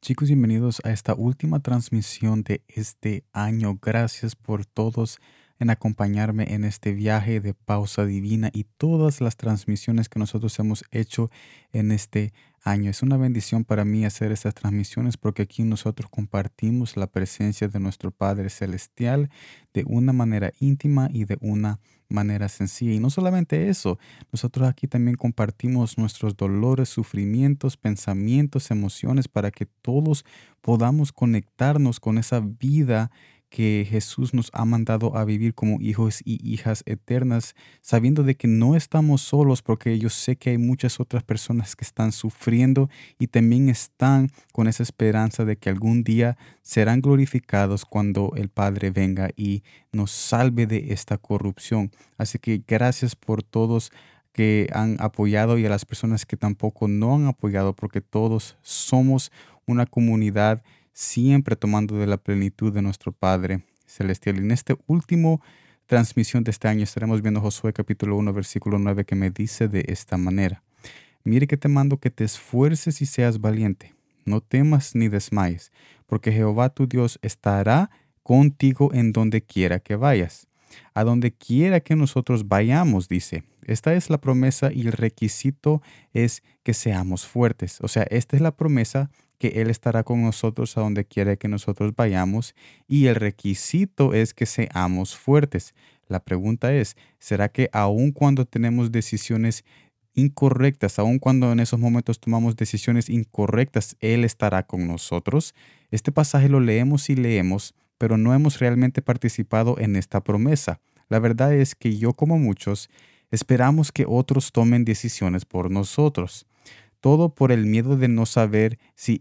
Chicos, bienvenidos a esta última transmisión de este año. Gracias por todos en acompañarme en este viaje de pausa divina y todas las transmisiones que nosotros hemos hecho en este año. Es una bendición para mí hacer estas transmisiones porque aquí nosotros compartimos la presencia de nuestro Padre Celestial de una manera íntima y de una manera sencilla. Y no solamente eso, nosotros aquí también compartimos nuestros dolores, sufrimientos, pensamientos, emociones para que todos podamos conectarnos con esa vida que Jesús nos ha mandado a vivir como hijos y hijas eternas, sabiendo de que no estamos solos, porque yo sé que hay muchas otras personas que están sufriendo y también están con esa esperanza de que algún día serán glorificados cuando el Padre venga y nos salve de esta corrupción. Así que gracias por todos que han apoyado y a las personas que tampoco no han apoyado, porque todos somos una comunidad siempre tomando de la plenitud de nuestro Padre Celestial. Y en este último transmisión de este año estaremos viendo Josué capítulo 1 versículo 9 que me dice de esta manera: Mire que te mando que te esfuerces y seas valiente, no temas ni desmayes, porque Jehová tu Dios estará contigo en donde quiera que vayas. A donde quiera que nosotros vayamos, dice. Esta es la promesa y el requisito es que seamos fuertes. O sea, esta es la promesa que Él estará con nosotros a donde quiera que nosotros vayamos y el requisito es que seamos fuertes. La pregunta es, ¿será que aun cuando tenemos decisiones incorrectas, aun cuando en esos momentos tomamos decisiones incorrectas, Él estará con nosotros? Este pasaje lo leemos y leemos, pero no hemos realmente participado en esta promesa. La verdad es que yo, como muchos, esperamos que otros tomen decisiones por nosotros. Todo por el miedo de no saber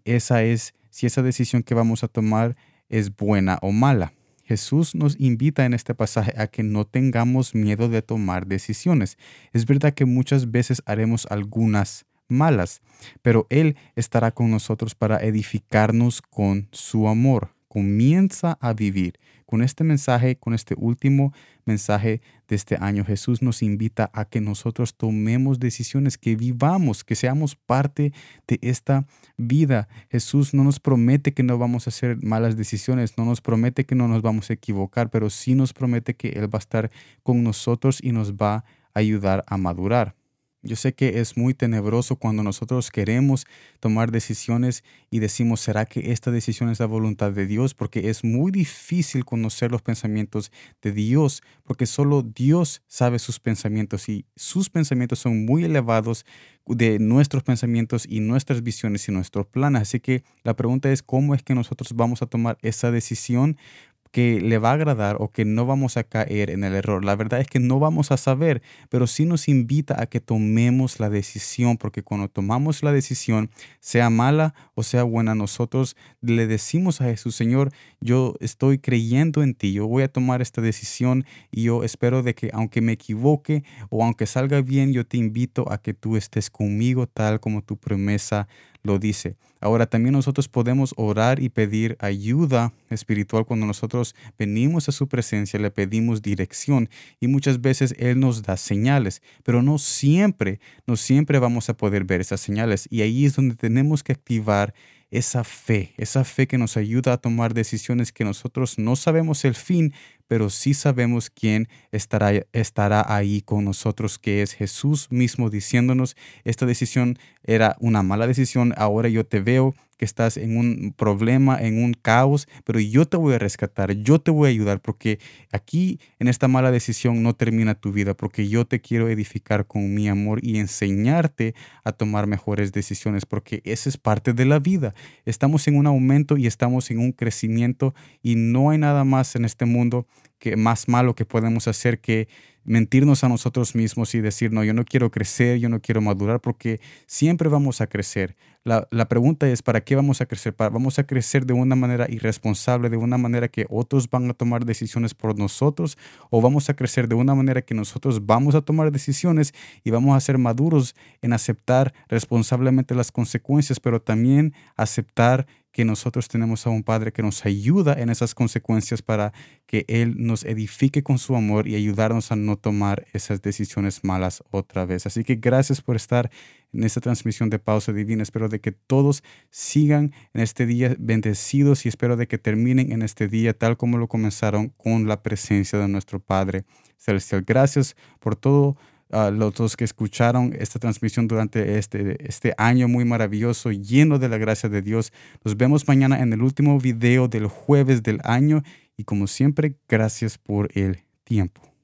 si esa decisión que vamos a tomar es buena o mala. Jesús nos invita en este pasaje a que no tengamos miedo de tomar decisiones. Es verdad que muchas veces haremos algunas malas, pero Él estará con nosotros para edificarnos con su amor. Comienza a vivir. Con este mensaje, con este último mensaje de este año, Jesús nos invita a que nosotros tomemos decisiones, que vivamos, que seamos parte de esta vida. Jesús no nos promete que no vamos a hacer malas decisiones, no nos promete que no nos vamos a equivocar, pero sí nos promete que Él va a estar con nosotros y nos va a ayudar a madurar. Yo sé que es muy tenebroso cuando nosotros queremos tomar decisiones y decimos, ¿será que esta decisión es la voluntad de Dios? Porque es muy difícil conocer los pensamientos de Dios, porque solo Dios sabe sus pensamientos y sus pensamientos son muy elevados de nuestros pensamientos y nuestras visiones y nuestros planes. Así que la pregunta es, ¿cómo es que nosotros vamos a tomar esa decisión que le va a agradar o que no vamos a caer en el error? La verdad es que no vamos a saber, pero sí nos invita a que tomemos la decisión, porque cuando tomamos la decisión, sea mala o sea buena, nosotros le decimos a Jesús, Señor, yo estoy creyendo en ti, yo voy a tomar esta decisión y yo espero de que aunque me equivoque o aunque salga bien, yo te invito a que tú estés conmigo tal como tu promesa lo dice. Ahora también nosotros podemos orar y pedir ayuda espiritual cuando nosotros venimos a su presencia, le pedimos dirección y muchas veces Él nos da señales, pero no siempre vamos a poder ver esas señales y ahí es donde tenemos que activar esa fe que nos ayuda a tomar decisiones que nosotros no sabemos el fin, pero sí sabemos quién estará ahí con nosotros, que es Jesús mismo diciéndonos, esta decisión era una mala decisión, ahora yo te veo que estás en un problema, en un caos, pero yo te voy a rescatar, yo te voy a ayudar, porque aquí en esta mala decisión no termina tu vida, porque yo te quiero edificar con mi amor y enseñarte a tomar mejores decisiones, porque esa es parte de la vida. Estamos en un aumento y estamos en un crecimiento y no hay nada más en este mundo que más malo que podemos hacer que mentirnos a nosotros mismos y decir, no, yo no quiero crecer, yo no quiero madurar, porque siempre vamos a crecer. La pregunta es, ¿para qué vamos a crecer? ¿Vamos a crecer de una manera irresponsable, de una manera que otros van a tomar decisiones por nosotros? ¿O vamos a crecer de una manera que nosotros vamos a tomar decisiones y vamos a ser maduros en aceptar responsablemente las consecuencias, pero también aceptar que nosotros tenemos a un Padre que nos ayuda en esas consecuencias para que Él nos edifique con su amor y ayudarnos a no tomar esas decisiones malas otra vez. Así que gracias por estar en esta transmisión de Pausa Divina. Espero de que todos sigan en este día bendecidos y espero de que terminen en este día tal como lo comenzaron, con la presencia de nuestro Padre Celestial. Gracias por todo a los dos que escucharon esta transmisión durante este año muy maravilloso, lleno de la gracia de Dios. Nos vemos mañana en el último video del jueves del año y como siempre, gracias por el tiempo.